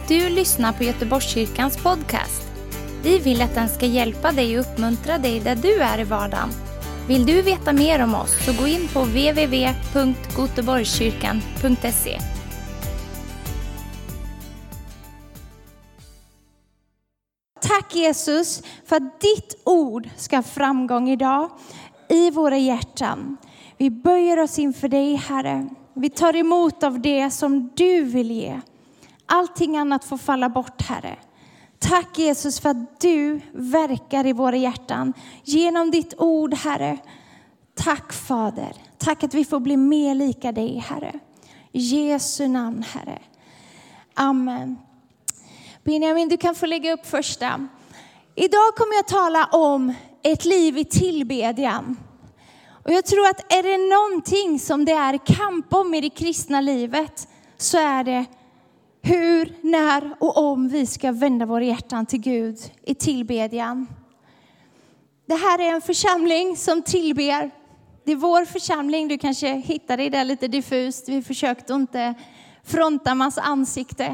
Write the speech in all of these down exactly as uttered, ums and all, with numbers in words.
Du lyssnar på Göteborgskyrkans podcast. Vi vill att den ska hjälpa dig och uppmuntra dig där du är i vardagen. Vill du veta mer om oss så gå in på w w w punkt goteborgskyrkan punkt se. Tack Jesus för att ditt ord ska ha framgång idag i våra hjärtan. Vi böjer oss inför dig, Herre. Vi tar emot av det som du vill ge. Allting annat får falla bort, Herre. Tack Jesus för att du verkar i våra hjärtan genom ditt ord, Herre. Tack Fader. Tack att vi får bli mer lika dig, Herre. I Jesu namn, Herre. Amen. Benjamin, du kan få lägga upp första. Idag kommer jag tala om ett liv i tillbedjan. Och jag tror att är det någonting som det är kamp om i det kristna livet, så är det hur, när och om vi ska vända våra hjärtan till Gud i tillbedjan. Det här är en församling som tillber. Det är vår församling. Du kanske hittar det där lite diffust. Vi försökte inte fronta massa ansikte.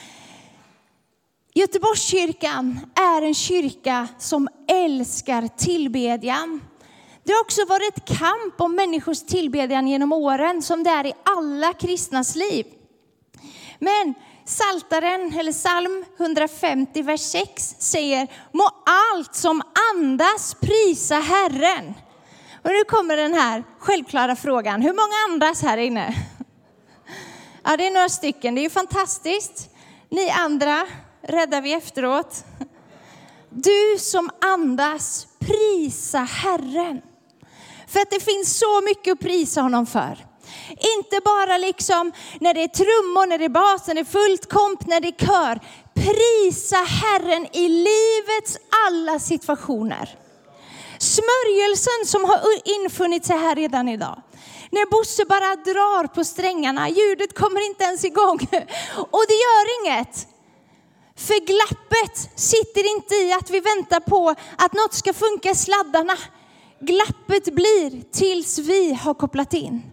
Göteborgskyrkan är en kyrka som älskar tillbedjan. Det har också varit kamp om människors tillbedjan genom åren, som det är i alla kristnas liv. Men Psaltaren eller psalm hundrafemtio vers sex säger: må allt som andas prisa Herren. Och nu kommer den här självklara frågan: hur många andas här inne? Ja, det är några stycken. Det är ju fantastiskt. Ni andra räddar vi efteråt. Du som andas, prisa Herren. För att det finns så mycket att prisa honom för. Inte bara liksom när det är trummor, när det är bas, när det är fullt komp, när det är kör. Prisa Herren i livets alla situationer. Smörjelsen som har infunnit sig här redan idag. När Bosse bara drar på strängarna, ljudet kommer inte ens igång. Och det gör inget. För glappet sitter inte i att vi väntar på att något ska funka i sladdarna. Glappet blir tills vi har kopplat in.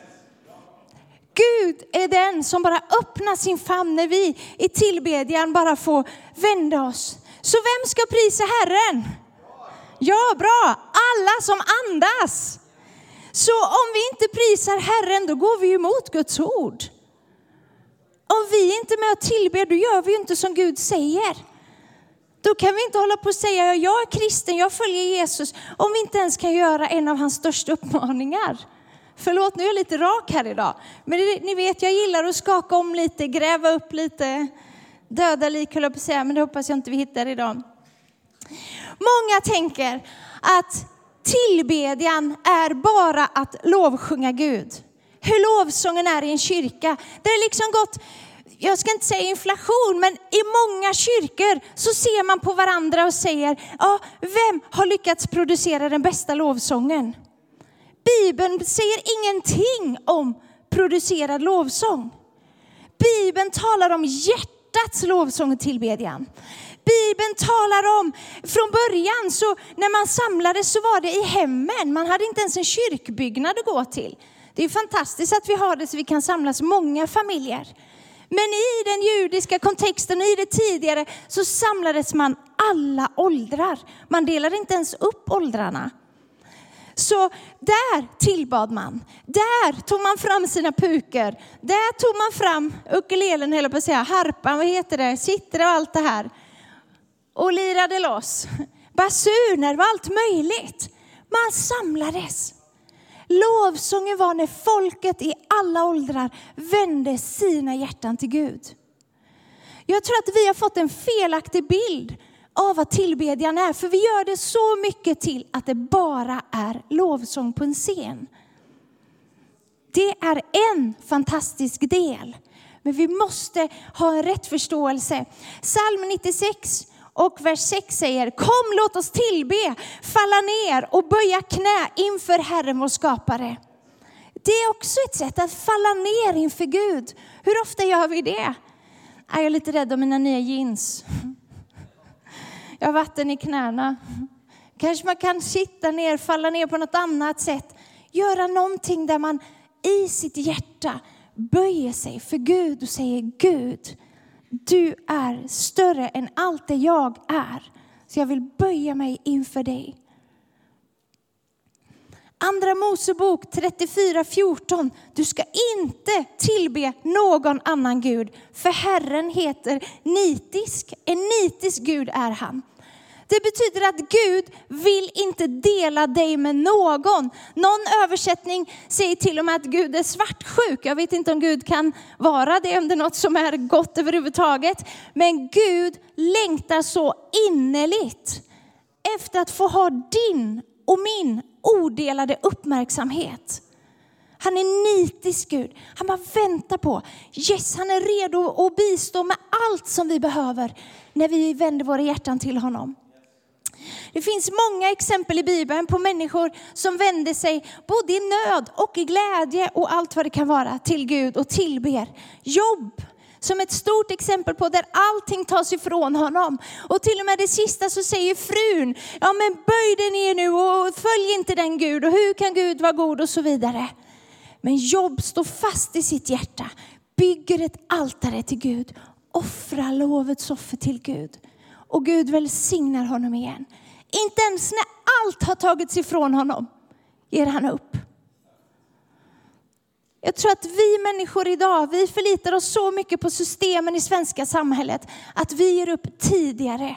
Gud är den som bara öppnar sin famn när vi i tillbedjan bara får vända oss. Så vem ska prisa Herren? Ja, bra. Alla som andas. Så om vi inte prisar Herren, då går vi emot Guds ord. Om vi inte är med och tillber, då gör vi inte som Gud säger. Då kan vi inte hålla på och säga: jag är kristen, jag följer Jesus. Om vi inte ens kan göra en av hans största uppmaningar. Förlåt, nu är jag lite rak här idag. Men det, ni vet, jag gillar att skaka om lite, gräva upp lite. Döda lik, höll jag på att säga, men det hoppas jag inte vi hittar idag. Många tänker att tillbedjan är bara att lovsjunga Gud. Hur lovsången är i en kyrka. Det har liksom gått, jag ska inte säga inflation, men i många kyrkor så ser man på varandra och säger: ja, vem har lyckats producera den bästa lovsången? Bibeln säger ingenting om producerad lovsång. Bibeln talar om hjärtats lovsång och tillbedjan. Bibeln talar om, från början så när man samlades så var det i hemmen. Man hade inte ens en kyrkbyggnad att gå till. Det är fantastiskt att vi har det så vi kan samlas många familjer. Men i den judiska kontexten och i det tidigare så samlades man alla åldrar. Man delade inte ens upp åldrarna. Så där tillbad man. Där tog man fram sina puker. Där tog man fram ukulelen, eller på att säga harpan, vad heter det? Sitter och allt det här. Och lirade loss. Basuner var allt möjligt. Man samlades. Lovsången var när folket i alla åldrar vände sina hjärtan till Gud. Jag tror att vi har fått en felaktig bild av vad tillbedjan är. För vi gör det så mycket till att det bara är lovsång på en scen. Det är en fantastisk del. Men vi måste ha en rätt förståelse. Psalm nittiosex och vers sex säger: kom, låt oss tillbe, falla ner och böja knä inför Herren vår skapare. Det är också ett sätt att falla ner inför Gud. Hur ofta gör vi det? Jag är lite rädd om mina nya jeans. Jag har vatten i knäna. Kanske man kan sitta ner, falla ner på något annat sätt. Göra någonting där man i sitt hjärta böjer sig för Gud och säger: Gud, Du är större än allt det jag är. Så jag vill böja mig inför dig. Andra Mosebok trettiofyra fjorton. Du ska inte tillbe någon annan Gud. För Herren heter nitisk. En nitisk Gud är han. Det betyder att Gud vill inte dela dig med någon. Någon översättning säger till och med att Gud är svartsjuk. Jag vet inte om Gud kan vara det, om det är något som är gott överhuvudtaget. Men Gud längtar så innerligt efter att få ha din och min odelade uppmärksamhet. Han är nitisk Gud. Han bara väntar på. Yes, han är redo att bistå med allt som vi behöver när vi vänder våra hjärtan till honom. Det finns många exempel i Bibeln på människor som vänder sig både i nöd och i glädje och allt vad det kan vara till Gud och tillber. Jobb som ett stort exempel på där allting tas ifrån honom. Och till och med det sista så säger frun, ja men böj dig ner nu och följ inte den Gud. Och hur kan Gud vara god och så vidare. Men Jobb står fast i sitt hjärta, bygger ett altare till Gud, offrar lovets offer till Gud. Och Gud välsignar honom igen. Inte ens när allt har tagits ifrån honom ger han upp. Jag tror att vi människor idag, vi förlitar oss så mycket på systemen i svenska samhället att vi ger upp tidigare.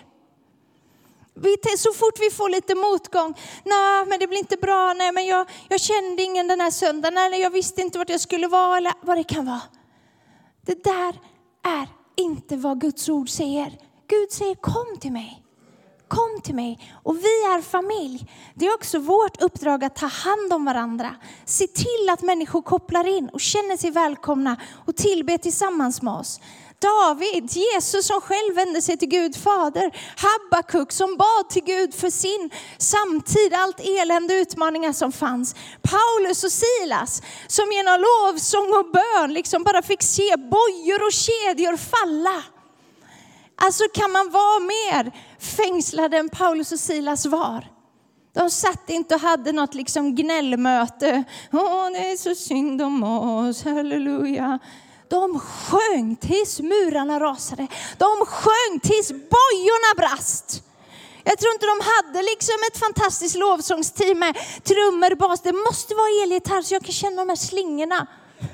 Så fort vi får lite motgång, nej men det blir inte bra, nej men jag, jag kände ingen den här söndagen, eller jag visste inte vart jag skulle vara eller vad det kan vara. Det där är inte vad Guds ord säger. Gud säger kom till mig. Kom till mig. Och vi är familj. Det är också vårt uppdrag att ta hand om varandra. Se till att människor kopplar in och känner sig välkomna och tillber tillsammans med oss. David, Jesus som själv vände sig till Gud fader. Habakuk som bad till Gud för sin samtid, allt elände och utmaningar som fanns. Paulus och Silas som genom lovsång och bön liksom bara fick se bojor och kedjor falla. Alltså kan man vara mer fängslad än Paulus och Silas var? De satt inte och hade något liksom gnällmöte. Åh, det är så synd om oss, halleluja. De sjöng tills murarna rasade. De sjöng tills bojorna brast. Jag tror inte de hade liksom ett fantastiskt lovsångsteam med trummor, bas. Det måste vara elgitarr så jag kan känna de här slingorna.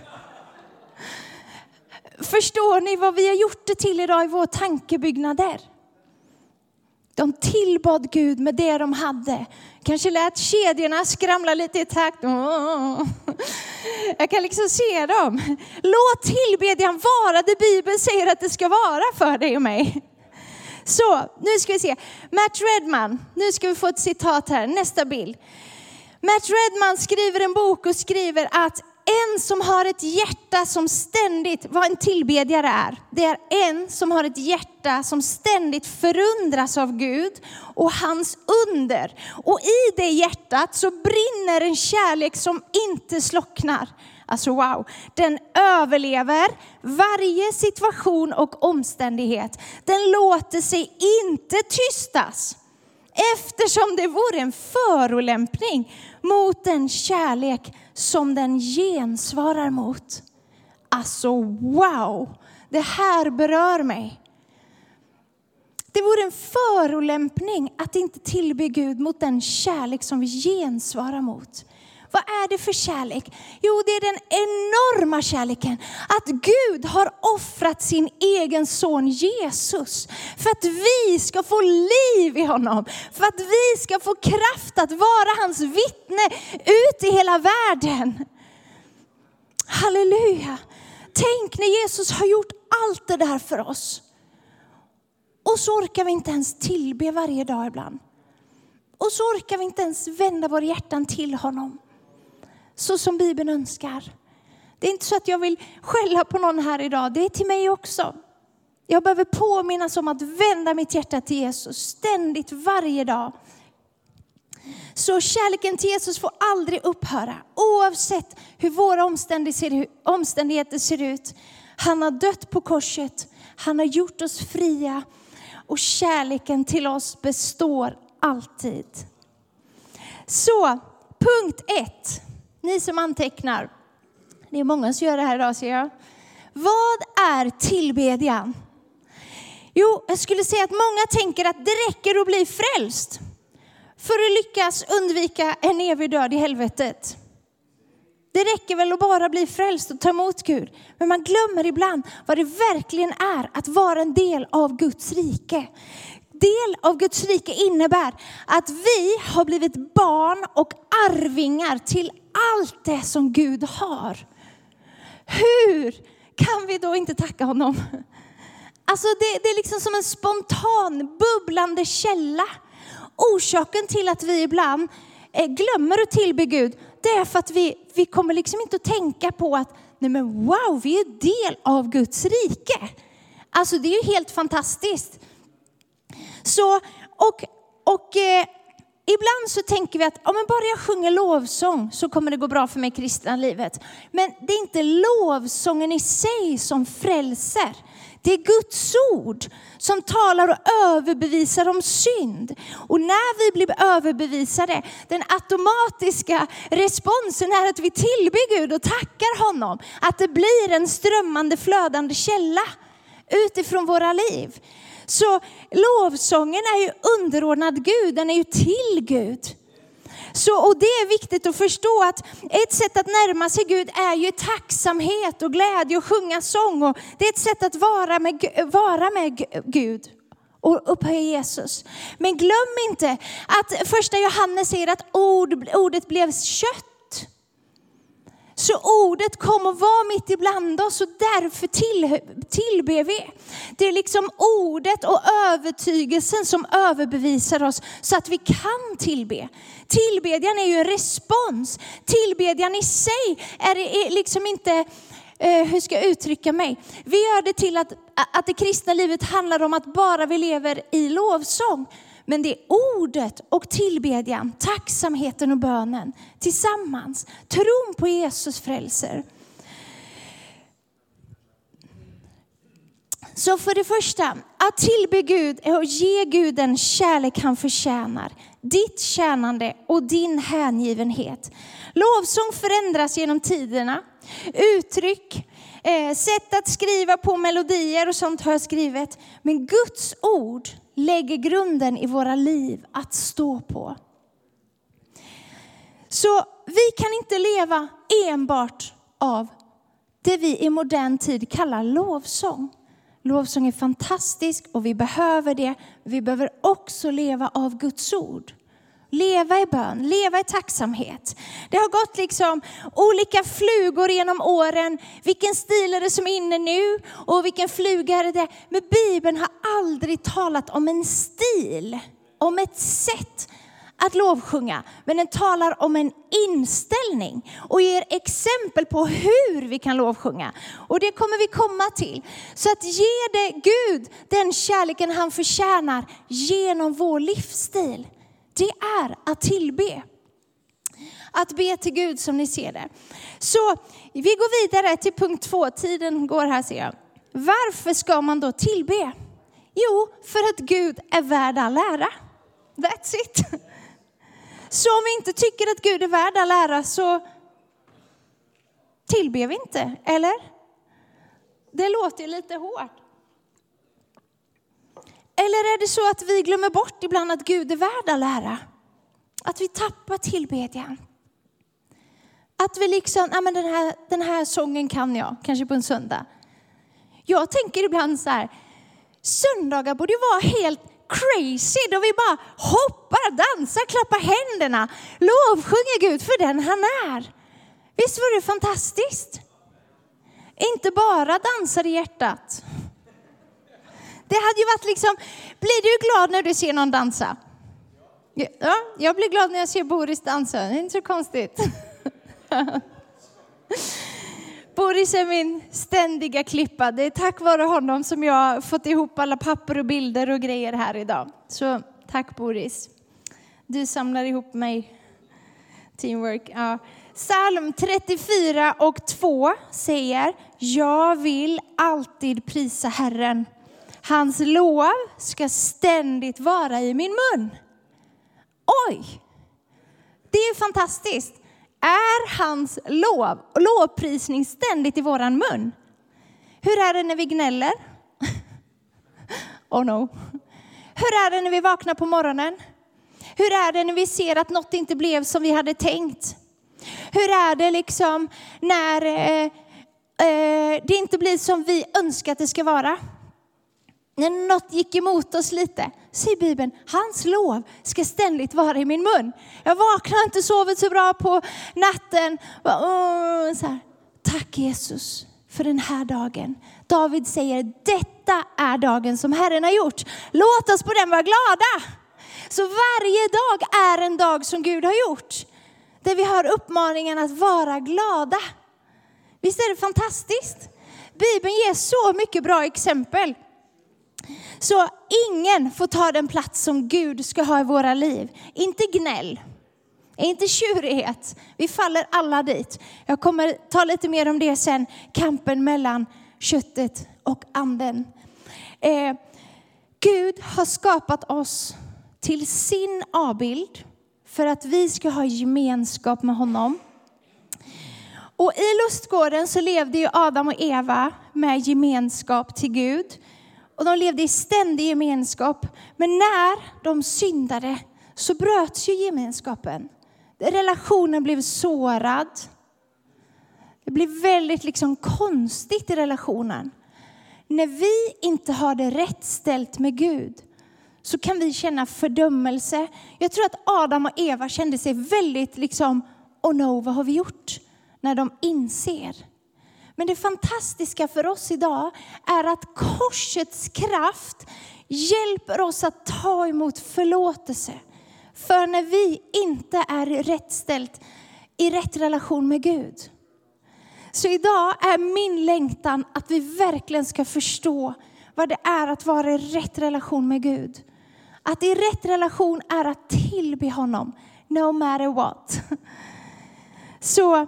Förstår ni vad vi har gjort det till idag i vår tankebyggnader? De tillbad Gud med det de hade. Kanske lät kedjorna skramla lite i takt. Jag kan liksom se dem. Låt tillbedjan vara det Bibeln säger att det ska vara för dig och mig. Så, nu ska vi se. Matt Redman. Nu ska vi få ett citat här. Nästa bild. Matt Redman skriver en bok och skriver att en som har ett hjärta som ständigt, vad en tillbedjare är, det är en som har ett hjärta som ständigt förundras av Gud och hans under. Och i det hjärtat så brinner en kärlek som inte slocknar. Alltså wow, den överlever varje situation och omständighet. Den låter sig inte tystas. Eftersom det vore en förolämpning mot den kärlek som den gensvarar mot. Alltså wow, det här berör mig. Det vore en förolämpning att inte tillbe Gud mot den kärlek som vi gensvarar mot. Vad är det för kärlek? Jo, det är den enorma kärleken. Att Gud har offrat sin egen son Jesus. För att vi ska få liv i honom. För att vi ska få kraft att vara hans vittne ut i hela världen. Halleluja. Tänk när Jesus har gjort allt det där för oss. Och så orkar vi inte ens tillbe varje dag ibland. Och så orkar vi inte ens vända våra hjärtan till honom. Så som Bibeln önskar. Det är inte så att jag vill skälla på någon här idag. Det är till mig också. Jag behöver påminnas om att vända mitt hjärta till Jesus. Ständigt varje dag. Så kärleken till Jesus får aldrig upphöra. Oavsett hur våra omständigheter ser ut. Han har dött på korset. Han har gjort oss fria. Och kärleken till oss består alltid. Så punkt ett. Ni som antecknar. Det är många som gör det här idag ser jag. Vad är tillbedjan? Jo, jag skulle säga att många tänker att det räcker att bli frälst för att lyckas undvika en evig död i helvetet. Det räcker väl att bara bli frälst och ta emot Gud. Men man glömmer ibland vad det verkligen är att vara en del av Guds rike. Del av Guds rike innebär att vi har blivit barn och arvingar till allt det som Gud har. Hur kan vi då inte tacka honom? Alltså det, det är liksom som en spontan, bubblande källa. Orsaken till att vi ibland eh, glömmer att tillbe Gud, det är för att vi, vi kommer liksom inte att tänka på att nej men wow, vi är del av Guds rike. Alltså det är ju helt fantastiskt. Så, och, och eh, ibland så tänker vi att om bara jag sjunger lovsång så kommer det gå bra för mig i kristna livet. Men det är inte lovsången i sig som frälser. Det är Guds ord som talar och överbevisar om synd. Och när vi blir överbevisade, den automatiska responsen är att vi tillber Gud och tackar honom. Att det blir en strömmande, flödande källa utifrån våra liv. Så lovsången är ju underordnad Gud, den är ju till Gud. Så, och det är viktigt att förstå att ett sätt att närma sig Gud är ju tacksamhet och glädje och sjunga sång. Och det är ett sätt att vara med, vara med Gud och upphöja Jesus. Men glöm inte att första Johannes säger att ord, ordet blev kött. Så ordet kom och var mitt ibland oss och därför till, tillber vi. Det är liksom ordet och övertygelsen som överbevisar oss så att vi kan tillbe. Tillbedjan är ju en respons. Tillbedjan i sig är, är liksom inte, eh, hur ska jag uttrycka mig? Vi gör det till att, att det kristna livet handlar om att bara vi lever i lovsång. Men det är ordet och tillbedjan, tacksamheten och bönen tillsammans. Tron på Jesus frälser. Så för det första, att tillbe Gud är att ge Gud den kärlek han förtjänar. Ditt tjänande och din hängivenhet. Lovsång förändras genom tiderna. Uttryck, eh, sätt att skriva på melodier och sånt har jag skrivit. Men Guds ord lägger grunden i våra liv att stå på. Så vi kan inte leva enbart av det vi i modern tid kallar lovsång. Lovsång är fantastisk och vi behöver det. Vi behöver också leva av Guds ord. Leva i bön, leva i tacksamhet. Det har gått liksom olika flugor genom åren. Vilken stil är det som är inne nu? Och vilken fluga är det? Men Bibeln har aldrig talat om en stil. Om ett sätt att lovsjunga. Men den talar om en inställning. Och ger exempel på hur vi kan lovsjunga. Och det kommer vi komma till. Så att ge det Gud den kärleken han förtjänar genom vår livsstil. Det är att tillbe. Att be till Gud som ni ser det. Så vi går vidare till punkt två. Tiden går här ser jag. Varför ska man då tillbe? Jo, för att Gud är värd all ära. That's it. Så om vi inte tycker att Gud är värd all ära så tillber vi inte, eller? Det låter ju lite hårt. Eller är det så att vi glömmer bort ibland att Gud är värd all ära? Att vi tappar tillbedjan. Att vi liksom, ja men den här, den här sången kan jag, kanske på en söndag. Jag tänker ibland så här, söndagar borde vara helt crazy. Då vi bara hoppar, dansar, klappar händerna. Lovsjunger Gud för den han är. Visst var det fantastiskt? Inte bara dansar i hjärtat. Det hade ju varit liksom, blir du glad när du ser någon dansa? Ja, jag blir glad när jag ser Boris dansa. Det är inte så konstigt. Boris är min ständiga klippa. Det är tack vare honom som jag har fått ihop alla papper och bilder och grejer här idag. Så tack Boris. Du samlar ihop mig. Teamwork. Ja. Psalm trettiofyra och två säger: jag vill alltid prisa Herren. Hans lov ska ständigt vara i min mun. Oj! Det är fantastiskt. Är hans lov och lovprisning ständigt i våran mun? Hur är det när vi gnäller? Oh no. Hur är det när vi vaknar på morgonen? Hur är det när vi ser att något inte blev som vi hade tänkt? Hur är det liksom när eh, eh, det inte blir som vi önskar att det ska vara? När något gick emot oss lite. Säger Bibeln, hans lov ska ständigt vara i min mun. Jag vaknar inte, sovit så bra på natten. Så här, tack Jesus för den här dagen. David säger, detta är dagen som Herren har gjort. Låt oss på den vara glada. Så varje dag är en dag som Gud har gjort. Där vi har uppmaningen att vara glada. Visst är det fantastiskt? Bibeln ger så mycket bra exempel. Så ingen får ta den plats som Gud ska ha i våra liv. Inte gnäll. Inte tjurighet. Vi faller alla dit. Jag kommer ta lite mer om det sen. Kampen mellan köttet och anden. Eh, Gud har skapat oss till sin avbild. För att vi ska ha gemenskap med honom. Och i lustgården så levde ju Adam och Eva med gemenskap till Gud. Och de levde i ständig gemenskap. Men när de syndade så bröts ju gemenskapen. Relationen blev sårad. Det blev väldigt liksom konstigt i relationen. När vi inte har det rätt ställt med Gud så kan vi känna fördömelse. Jag tror att Adam och Eva kände sig väldigt liksom, oh no, vad har vi gjort? När de inser. Men det fantastiska för oss idag är att korsets kraft hjälper oss att ta emot förlåtelse. För när vi inte är rätt ställt i rätt relation med Gud. Så idag är min längtan att vi verkligen ska förstå vad det är att vara i rätt relation med Gud. Att i rätt relation är att tillbe honom no matter what. Så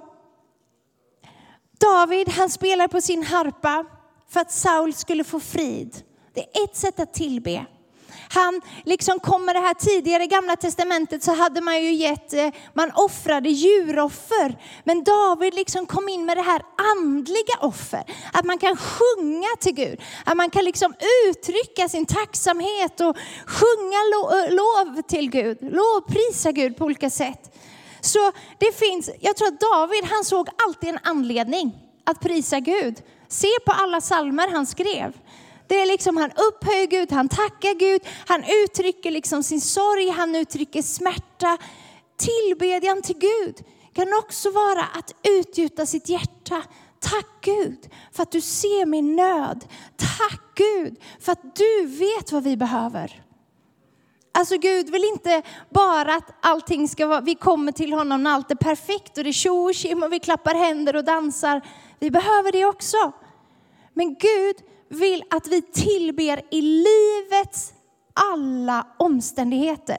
David, han spelar på sin harpa för att Saul skulle få frid. Det är ett sätt att tillbe. Han liksom kommer det här tidigare i Gamla testamentet så hade man ju gett, man offrade djuroffer. Men David liksom kom in med det här andliga offer. Att man kan sjunga till Gud. Att man kan liksom uttrycka sin tacksamhet och sjunga lo- lov till Gud. Lovprisa Gud på olika sätt. Så det finns, jag tror att David, han såg alltid en anledning att prisa Gud. Se på alla psalmer han skrev. Det är liksom han upphöjer Gud, han tackar Gud, han uttrycker liksom sin sorg, han uttrycker smärta. Tillbedjan till Gud kan också vara att utgjuta sitt hjärta. Tack Gud för att du ser min nöd. Tack Gud för att du vet vad vi behöver. Alltså Gud vill inte bara att allting ska vara, vi kommer till honom när allt är perfekt och det är tjo och tjim och vi klappar händer och dansar. Vi behöver det också. Men Gud vill att vi tillber i livets alla omständigheter.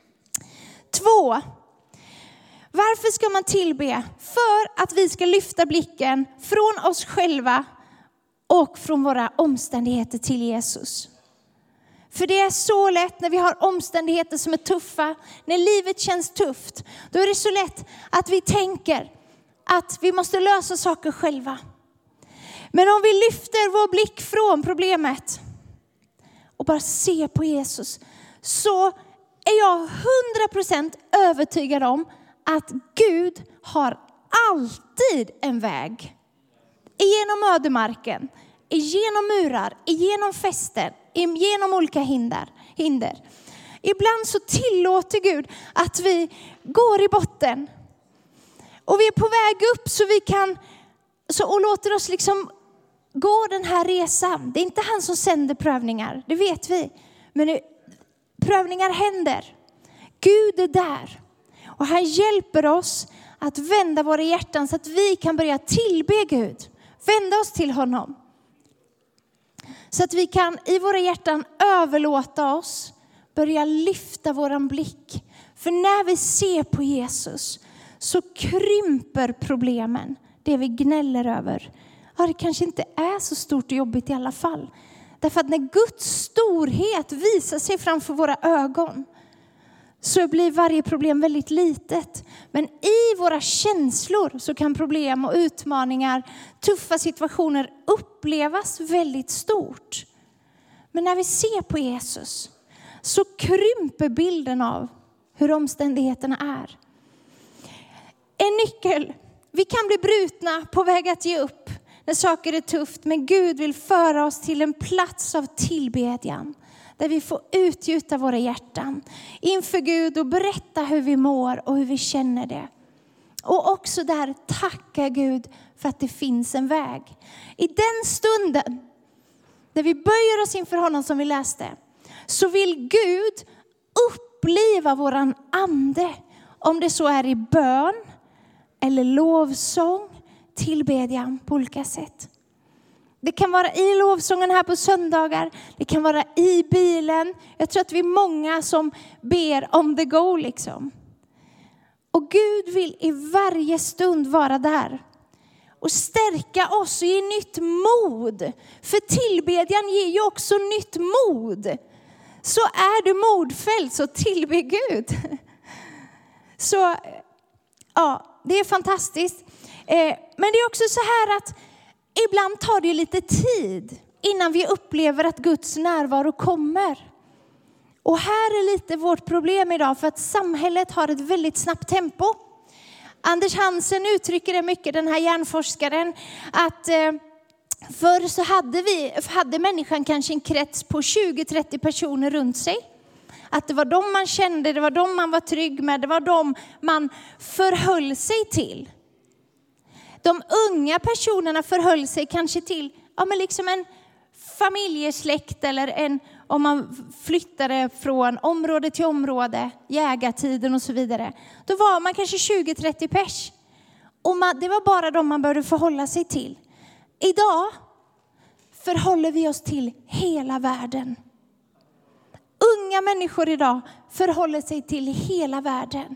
Två. Varför ska man tillbe? För att vi ska lyfta blicken från oss själva och från våra omständigheter till Jesus. För det är så lätt när vi har omständigheter som är tuffa. När livet känns tufft. Då är det så lätt att vi tänker att vi måste lösa saker själva. Men om vi lyfter vår blick från problemet och bara ser på Jesus. Så är jag hundra procent övertygad om att Gud har alltid en väg. Igenom ödemarken, igenom murar, igenom fästen. Genom olika hinder, hinder. Ibland så tillåter Gud att vi går i botten. Och vi är på väg upp så vi kan, så, och låter oss liksom gå den här resan. Det är inte han som sänder prövningar, det vet vi. Men det, prövningar händer. Gud är där. Och han hjälper oss att vända våra hjärtan så att vi kan börja tillbe Gud. Vända oss till honom. Så att vi kan i våra hjärtan överlåta oss. Börja lyfta våran blick. För när vi ser på Jesus så krymper problemen. Det vi gnäller över. Ja, det kanske inte är så stort och jobbigt i alla fall. Därför att när Guds storhet visar sig framför våra ögon. Så blir varje problem väldigt litet. Men i våra känslor så kan problem och utmaningar, tuffa situationer upplevas väldigt stort. Men när vi ser på Jesus så krymper bilden av hur omständigheterna är. En nyckel. Vi kan bli brutna, på väg att ge upp när saker är tufft. Men Gud vill föra oss till en plats av tillbedjan. Där vi får utgjuta våra hjärtan inför Gud och berätta hur vi mår och hur vi känner det. Och också där tacka Gud för att det finns en väg. I den stunden när vi böjer oss inför honom som vi läste, så vill Gud uppliva våran ande. Om det så är i bön eller lovsång, tillbedjan på olika sätt. Det kan vara i lovsången här på söndagar. Det kan vara i bilen. Jag tror att vi är många som ber on the go liksom. Och Gud vill i varje stund vara där. Och stärka oss och ge nytt mod. För tillbedjan ger ju också nytt mod. Så är du modfälld, så tillbe Gud. Så ja, det är fantastiskt. Men det är också så här att ibland tar det lite tid innan vi upplever att Guds närvaro kommer. Och här är lite vårt problem idag, för att samhället har ett väldigt snabbt tempo. Anders Hansen uttrycker det mycket, den här hjärnforskaren, att eh, förr så hade, vi, hade människan kanske en krets på tjugo till trettio personer runt sig. Att det var de man kände, det var de man var trygg med, det var de man förhöll sig till. De unga personerna förhöll sig kanske till ja, men liksom en familjesläkt eller en, om man flyttade från område till område, jägartiden och så vidare. Då var man kanske tjugo till trettio pers. Och man, det var bara de man började förhålla sig till. Idag förhåller vi oss till hela världen. Unga människor idag förhåller sig till hela världen.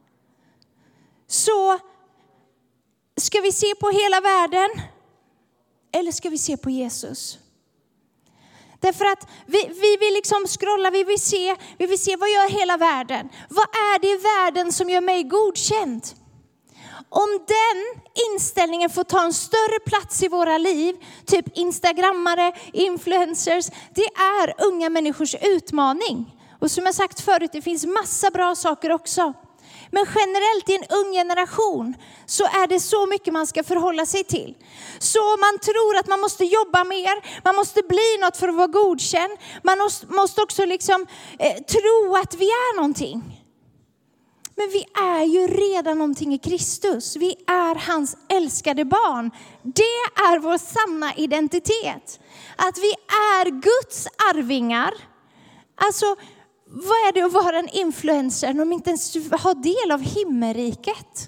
Så ska vi se på hela världen eller ska vi se på Jesus? Därför att vi, vi vill liksom scrolla, vi vill se, vi vill se vad gör hela världen? Vad är det i världen som gör mig godkänd? Om den inställningen får ta en större plats i våra liv, typ instagrammare, influencers, det är unga människors utmaning. Och som jag sagt förut, det finns massa bra saker också. Men generellt i en ung generation så är det så mycket man ska förhålla sig till. Så man tror att man måste jobba mer, man måste bli något för att vara godkänd. Man måste också liksom eh, tro att vi är någonting. Men vi är ju redan någonting i Kristus. Vi är hans älskade barn. Det är vår sanna identitet. Att vi är Guds arvingar. Alltså, vad är det att vara en influencer om inte ens har del av himmelriket?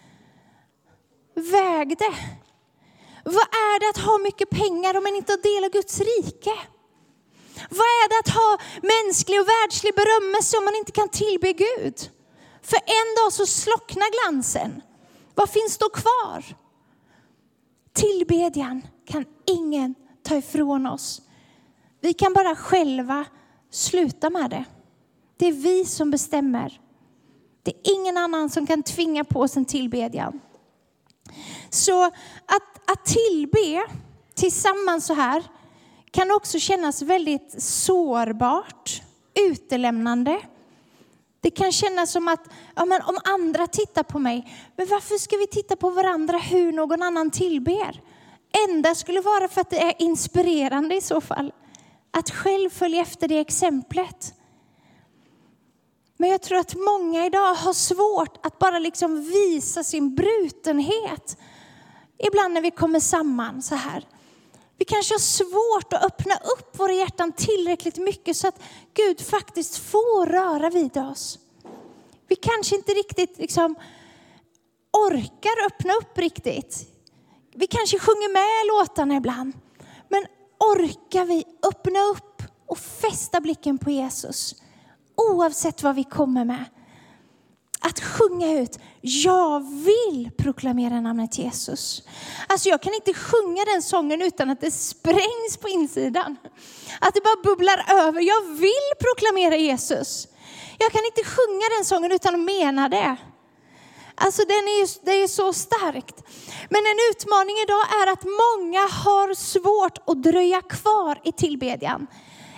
Väg det. Vad är det att ha mycket pengar om man inte har del av Guds rike? Vad är det att ha mänsklig och världslig berömmelse om man inte kan tillbe Gud? För en dag så slocknar glansen. Vad finns då kvar? Tillbedjan kan ingen ta ifrån oss. Vi kan bara själva sluta med det. Det är vi som bestämmer. Det är ingen annan som kan tvinga på oss en tillbedjan. Så att, att tillbe tillsammans så här kan också kännas väldigt sårbart, utelämnande. Det kan kännas som att ja, men om andra tittar på mig, men varför ska vi titta på varandra hur någon annan tillber? Enda skulle vara för att det är inspirerande i så fall. Att själv följa efter det exemplet. Men jag tror att många idag har svårt att bara liksom visa sin brutenhet. Ibland när vi kommer samman så här. Vi kanske har svårt att öppna upp våra hjärtan tillräckligt mycket så att Gud faktiskt får röra vid oss. Vi kanske inte riktigt liksom orkar öppna upp riktigt. Vi kanske sjunger med låtarna ibland. Men orkar vi öppna upp och fästa blicken på Jesus? Oavsett vad vi kommer med. Att sjunga ut, jag vill proklamera namnet Jesus. Alltså jag kan inte sjunga den sången utan att det sprängs på insidan. Att det bara bubblar över. Jag vill proklamera Jesus. Jag kan inte sjunga den sången utan att mena det. Alltså den är ju, det är så starkt. Men en utmaning idag är att många har svårt att dröja kvar i tillbedjan.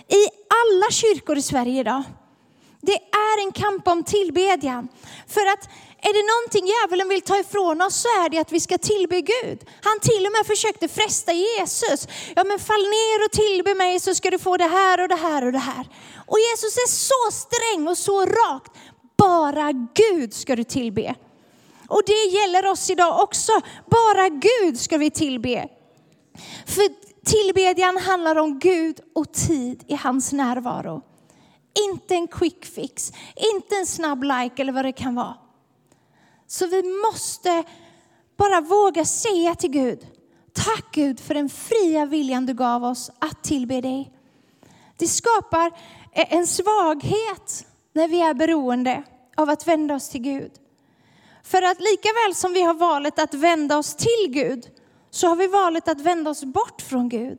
i alla kyrkor i Sverige idag. Det är en kamp om tillbedjan. För att är det någonting djävulen vill ta ifrån oss så är det att vi ska tillbe Gud. Han till och med försökte fresta Jesus. Ja, men fall ner och tillbe mig så ska du få det här och det här och det här. Och Jesus är så sträng och så rakt. Bara Gud ska du tillbe. Och det gäller oss idag också. Bara Gud ska vi tillbe. För tillbedjan handlar om Gud och tid i hans närvaro. Inte en quick fix. Inte en snabb like eller vad det kan vara. Så vi måste bara våga säga till Gud. Tack Gud för den fria viljan du gav oss att tillbe dig. Det skapar en svaghet när vi är beroende av att vända oss till Gud. För att lika väl som vi har valet att vända oss till Gud så har vi valet att vända oss bort från Gud.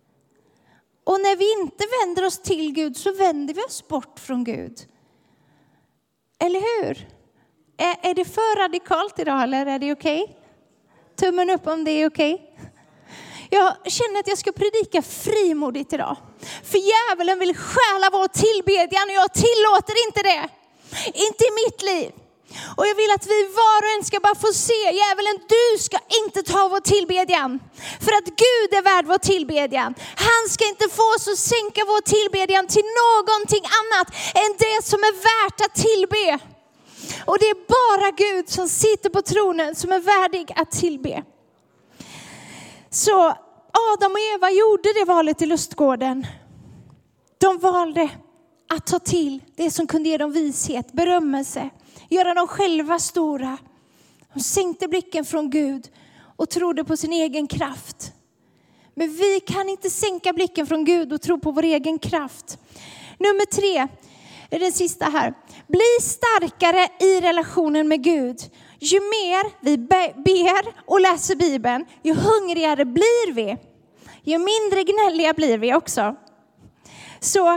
Och när vi inte vänder oss till Gud så vänder vi oss bort från Gud. Eller hur? Är, är det för radikalt idag eller är det okej? Okay? Tummen upp om det är okej. Okay. Jag känner att jag ska predika frimodigt idag. För djävulen vill stjäla vår tillbedjan och jag tillåter inte det. Inte i mitt liv. Och jag vill att vi var och en ska bara få se, djävulen, du ska inte ta vår tillbedjan. För att Gud är värd vår tillbedjan. Han ska inte få oss att sänka vår tillbedjan till någonting annat än det som är värt att tillbe. Och det är bara Gud som sitter på tronen som är värdig att tillbe. Så Adam och Eva gjorde det valet i lustgården. De valde att ta till det som kunde ge dem vishet, berömmelse. Göra dem själva stora. De sänkte blicken från Gud och trodde på sin egen kraft. Men vi kan inte sänka blicken från Gud och tro på vår egen kraft. Nummer tre är den sista här. Bli starkare i relationen med Gud. Ju mer vi ber och läser Bibeln, ju hungrigare blir vi. Ju mindre gnälliga blir vi också. Så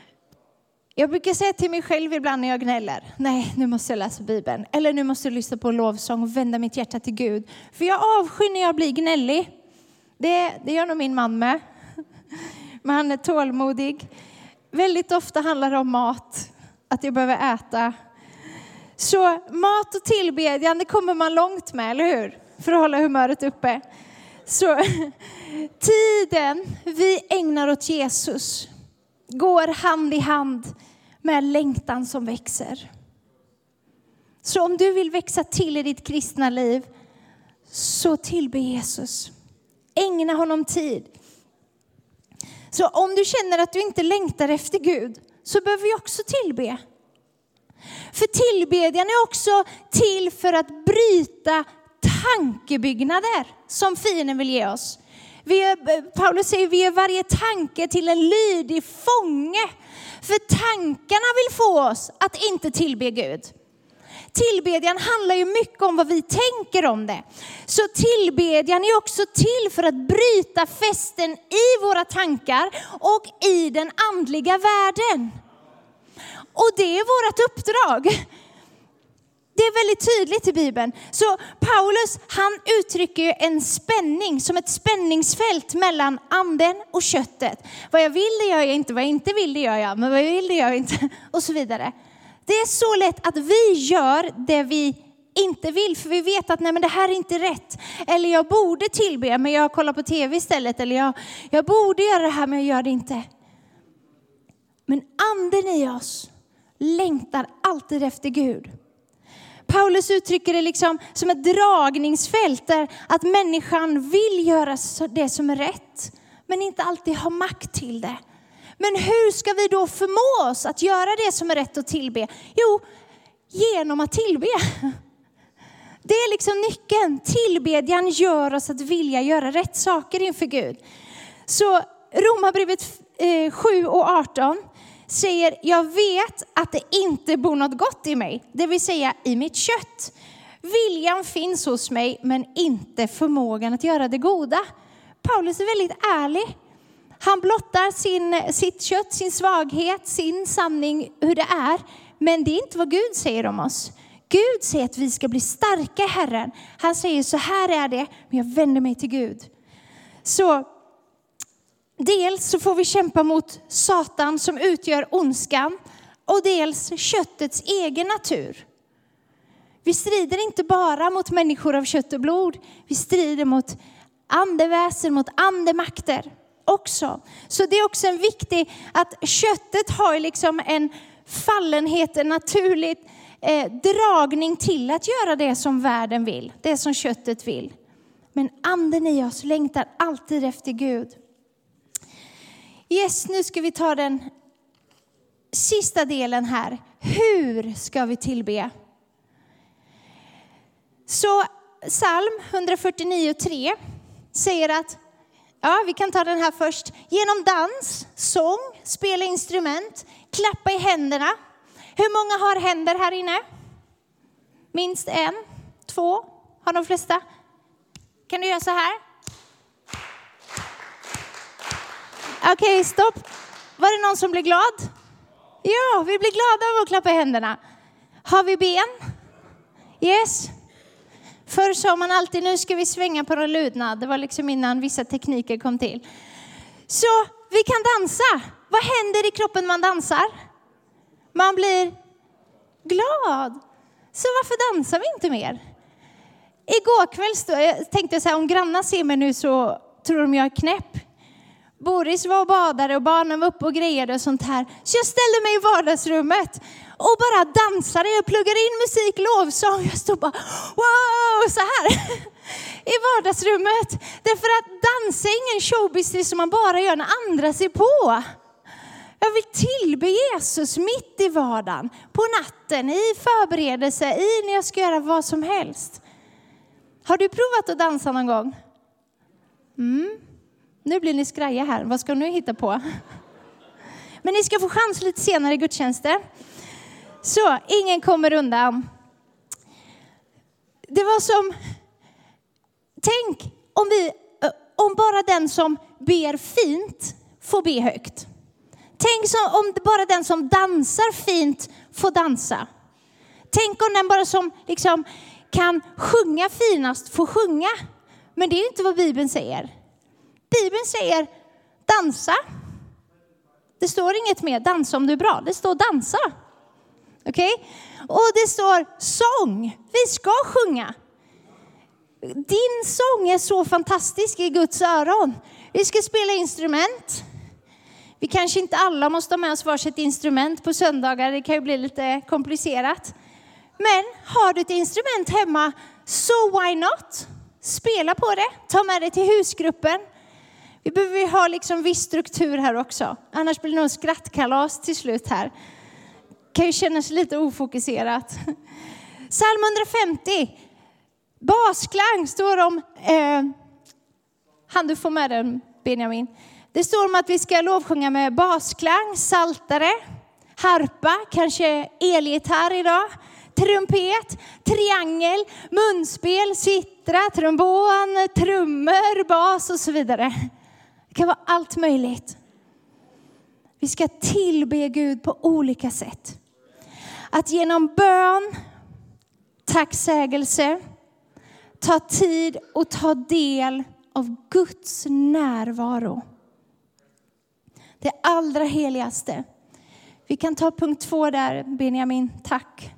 jag brukar säga till mig själv ibland när jag gnäller. Nej, nu måste jag läsa Bibeln. Eller nu måste jag lyssna på en lovsång och vända mitt hjärta till Gud. För jag avskyr när jag blir gnällig. Det, det gör nog min man med. Men han är tålmodig. Väldigt ofta handlar det om mat. Att jag behöver äta. Så mat och tillbedjan, det kommer man långt med, eller hur? För att hålla humöret uppe. Så tiden vi ägnar åt Jesus går hand i hand med längtan som växer. Så om du vill växa till i ditt kristna liv, så tillbe Jesus. Ägna honom tid. Så om du känner att du inte längtar efter Gud, så behöver vi också tillbe. För tillbedjan är också till för att bryta tankebyggnader som fienden vill ge oss. Vi är, Paulus säger vi är varje tanke till en lydig fånge. För tankarna vill få oss att inte tillbe Gud. Tillbedjan handlar ju mycket om vad vi tänker om det. Så tillbedjan är också till för att bryta fästen i våra tankar och i den andliga världen. Och det är vårt uppdrag. Det är väldigt tydligt i Bibeln. Så Paulus, han uttrycker ju en spänning som ett spänningsfält mellan anden och köttet. Vad jag vill det gör jag inte, vad jag inte vill det gör jag, men vad jag vill det gör jag inte och så vidare. Det är så lätt att vi gör det vi inte vill, för vi vet att nej, men det här är inte rätt. Eller jag borde tillbe, men jag kollar på tv istället. Eller jag, jag borde göra det här, men jag gör det inte. Men anden i oss längtar alltid efter Gud. Paulus uttrycker det liksom som ett dragningsfält där att människan vill göra det som är rätt, men inte alltid har makt till det. Men hur ska vi då förmå oss att göra det som är rätt att tillbe? Jo, genom att tillbe. Det är liksom nyckeln. Tillbedjan gör oss att vilja göra rätt saker inför Gud. Så Romarbrevet sju och arton säger, jag vet att det inte bor något gott i mig. Det vill säga i mitt kött. Viljan finns hos mig, men inte förmågan att göra det goda. Paulus är väldigt ärlig. Han blottar sin, sitt kött, sin svaghet, sin sanning, hur det är. Men det är inte vad Gud säger om oss. Gud säger att vi ska bli starka i Herren. Han säger så här är det, men jag vänder mig till Gud. Så dels så får vi kämpa mot Satan som utgör ondskan. Och dels köttets egen natur. Vi strider inte bara mot människor av kött och blod. Vi strider mot andeväsen, mot andemakter också. Så det är också en viktig att köttet har liksom en fallenhet, en naturlig eh, dragning till att göra det som världen vill. Det som köttet vill. Men anden i oss längtar alltid efter Gud. Yes, nu ska vi ta den sista delen här. Hur ska vi tillbe? Så psalm hundrafyrtionio tre säger att, ja vi kan ta den här först. Genom dans, sång, spela instrument, klappa i händerna. Hur många har händer här inne? Minst en, två, har de flesta? Kan du göra så här? Okej, okay, stopp. Var det någon som blev glad? Ja, vi blir glada av att klappa i händerna. Har vi ben? Yes. Förr sa man alltid, nu ska vi svänga på den ludna. Det var liksom innan vissa tekniker kom till. Så vi kan dansa. Vad händer i kroppen när man dansar? Man blir glad. Så varför dansar vi inte mer? Igår kväll stod, jag tänkte så här, om grannar ser mig nu så tror de jag är knäpp. Boris var och badade och barnen var uppe och grejade och sånt här. Så jag ställde mig i vardagsrummet och bara dansade. Jag pluggade in musik, lovsång. Jag stod bara wow, så här i vardagsrummet. Därför att dansa är ingen showbusiness som man bara gör när andra ser på. Jag vill tillbe Jesus mitt i vardagen, på natten, i förberedelse, i när jag ska göra vad som helst. Har du provat att dansa någon gång? Mm. Nu blir ni skraja här. Vad ska ni hitta på? Men ni ska få chans lite senare i gudstjänsten. Så, ingen kommer undan. Det var som... Tänk om, vi, om bara den som ber fint får be högt. Tänk som, om bara den som dansar fint får dansa. Tänk om den bara som liksom kan sjunga finast får sjunga. Men det är inte vad Bibeln säger. Bibeln säger dansa. Det står inget mer dansa om du är bra. Det står dansa. Okej? Okay? Och det står sång. Vi ska sjunga. Din sång är så fantastisk i Guds öron. Vi ska spela instrument. Vi kanske inte alla måste ha med oss varsitt instrument på söndagar. Det kan ju bli lite komplicerat. Men har du ett instrument hemma, så why not? Spela på det. Ta med det till husgruppen. Vi behöver ha liksom viss struktur här också. Annars blir det nog skrattkalas till slut här. Kan ju kännas lite ofokuserat. Psalm hundrafemtio. Basklang står om... Eh, han du får med den, Benjamin. Det står om att vi ska lovsjunga med basklang, saltare, harpa, kanske elgitarr idag. Trumpet, triangel, munspel, citra, trombon, trummor, bas och så vidare. Det kan vara allt möjligt. Vi ska tillbe Gud på olika sätt. Att genom bön, tacksägelse, ta tid och ta del av Guds närvaro. Det allra heligaste. Vi kan ta punkt två där, Benjamin. Tack.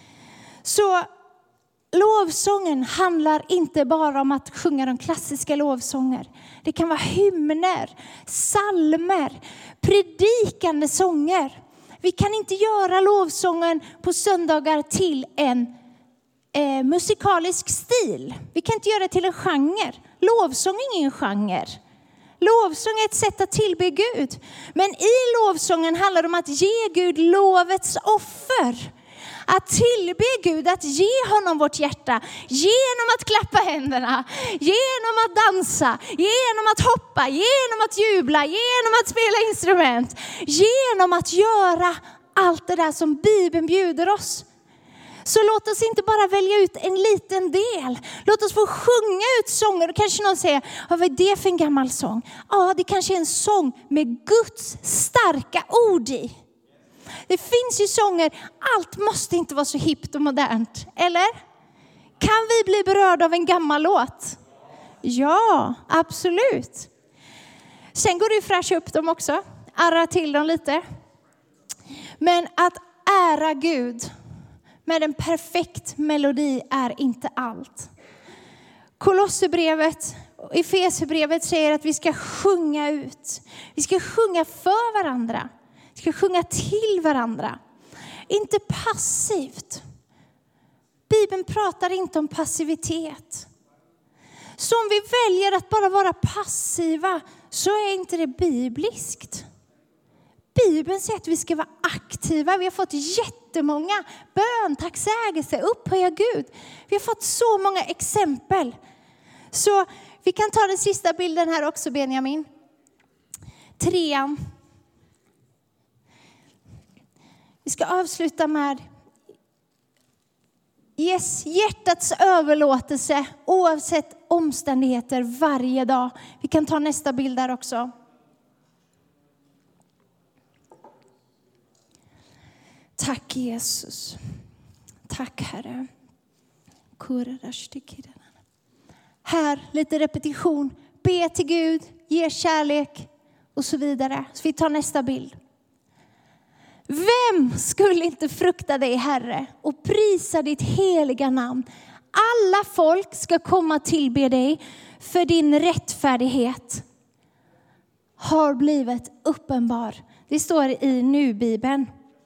Så lovsången handlar inte bara om att sjunga de klassiska lovsånger. Det kan vara hymner, psalmer, predikande sånger. Vi kan inte göra lovsången på söndagar till en eh, musikalisk stil. Vi kan inte göra det till en genre. Lovsång är ingen genre. Lovsång är ett sätt att tillbe Gud. Men i lovsången handlar det om att ge Gud lovets offer. Att tillbe Gud, att ge honom vårt hjärta. Genom att klappa händerna. Genom att dansa. Genom att hoppa. Genom att jubla. Genom att spela instrument. Genom att göra allt det där som Bibeln bjuder oss. Så låt oss inte bara välja ut en liten del. Låt oss få sjunga ut sånger. Och kanske någon säger, vad är det för en gammal sång? Ja, det kanske är en sång med Guds starka ord i. Det finns ju sånger, allt måste inte vara så hippt och modernt. Eller? Kan vi bli berörda av en gammal låt? Ja, absolut. Sen går det att fräscha upp dem också. Arra till dem lite. Men att ära Gud med en perfekt melodi är inte allt. Kolosserbrevet och Efesierbrevet säger att vi ska sjunga ut. Vi ska sjunga för varandra. Vi ska sjunga till varandra. Inte passivt. Bibeln pratar inte om passivitet. Så om vi väljer att bara vara passiva så är inte det bibliskt. Bibeln säger att vi ska vara aktiva. Vi har fått jättemånga bön, tacksägelse, upphöja Gud. Vi har fått så många exempel. Så vi kan ta den sista bilden här också, Benjamin. Trean. Vi ska avsluta med yes, hjärtats överlåtelse oavsett omständigheter varje dag. Vi kan ta nästa bild där också. Tack Jesus. Tack Herre. Här lite repetition. Be till Gud, ge kärlek och så vidare. Så vi tar nästa bild. Vem skulle inte frukta dig Herre och prisa ditt heliga namn? Alla folk ska komma tillbe dig för din rättfärdighet har blivit uppenbar. Det står i Nu-bibeln.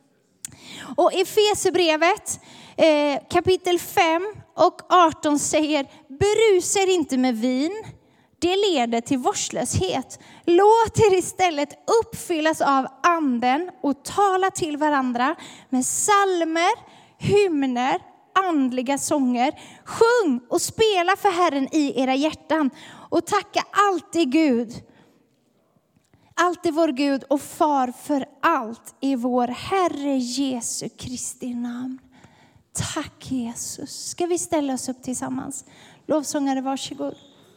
Och Efesierbrevet eh, kapitel fem och arton säger: berusa er inte med vin, det leder till vårdslöshet. Låt er istället uppfyllas av anden och tala till varandra med psalmer, hymner, andliga sånger. Sjung och spela för Herren i era hjärtan och tacka alltid Gud. Allt är vår Gud och far för allt i vår Herre Jesu Kristi namn. Tack Jesus. Ska vi ställa oss upp tillsammans? Lovsångare, varsågod.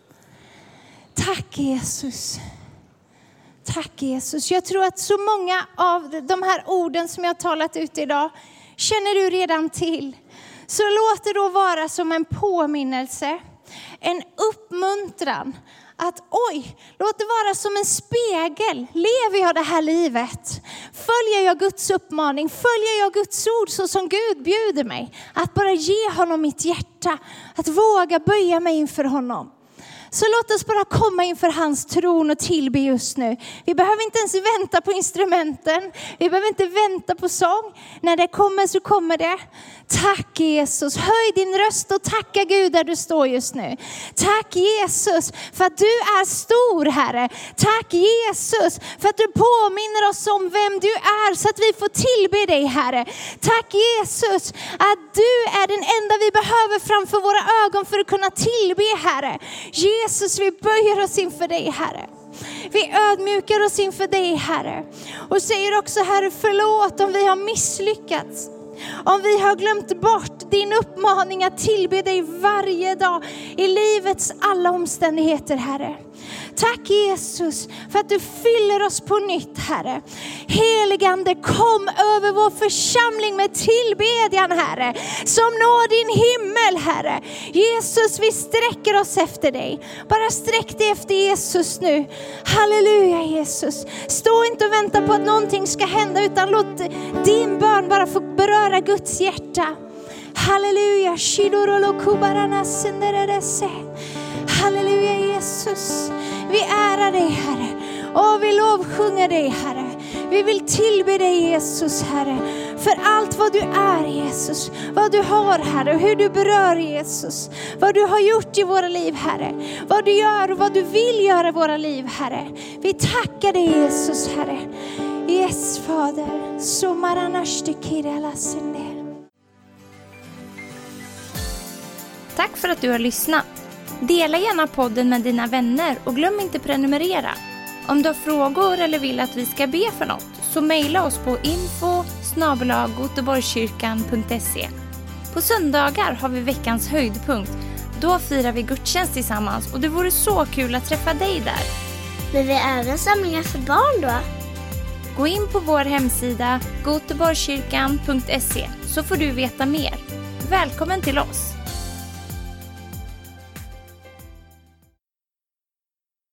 Tack Jesus. Tack Jesus. Jag tror att så många av de här orden som jag har talat ut idag känner du redan till. Så låt det då vara som en påminnelse, en uppmuntran. Att oj, låt det vara som en spegel. Lever jag det här livet? Följer jag Guds uppmaning? Följer jag Guds ord så som Gud bjuder mig? Att bara ge honom mitt hjärta. Att våga böja mig inför honom. Så låt oss bara komma inför hans tron och tillbe just nu. Vi behöver inte ens vänta på instrumenten. Vi behöver inte vänta på sång. När det kommer så kommer det. Tack Jesus. Höj din röst och tacka Gud där du står just nu. Tack Jesus för att du är stor Herre. Tack Jesus för att du påminner oss om vem du är så att vi får tillbe dig Herre. Tack Jesus att du är den enda vi behöver framför våra ögon för att kunna tillbe Herre. Jesus, vi böjer oss inför dig Herre. Vi ödmjukar oss inför dig Herre. Och säger också Herre, förlåt om vi har misslyckats. Om vi har glömt bort din uppmaning att tillbe dig varje dag i livets alla omständigheter Herre. Tack Jesus för att du fyller oss på nytt Herre. Heligande, kom över vår församling med tillbedjan Herre. Som når din himmel Herre. Jesus, vi sträcker oss efter dig. Bara sträck dig efter Jesus nu. Halleluja Jesus. Stå inte och vänta på att någonting ska hända utan låt din bön bara få beröra Guds hjärta. Halleluja. Halleluja Jesus. Vi ärar dig Herre. Och vi lovsjunger dig Herre. Vi vill tillbe dig Jesus Herre. För allt vad du är Jesus. Vad du har Herre. Hur du berör Jesus. Vad du har gjort i våra liv Herre. Vad du gör och vad du vill göra i våra liv Herre. Vi tackar dig Jesus Herre. Yes Fader. Tack för att du har lyssnat. Dela gärna podden med dina vänner och glöm inte prenumerera. Om du har frågor eller vill att vi ska be för något så mejla oss på info snabel-a goteborgskyrkan punkt se. På söndagar har vi veckans höjdpunkt. Då firar vi gudstjänst tillsammans och det vore så kul att träffa dig där. Men vi är även samlingar för barn då? Gå in på vår hemsida goteborgskyrkan punkt se så får du veta mer. Välkommen till oss!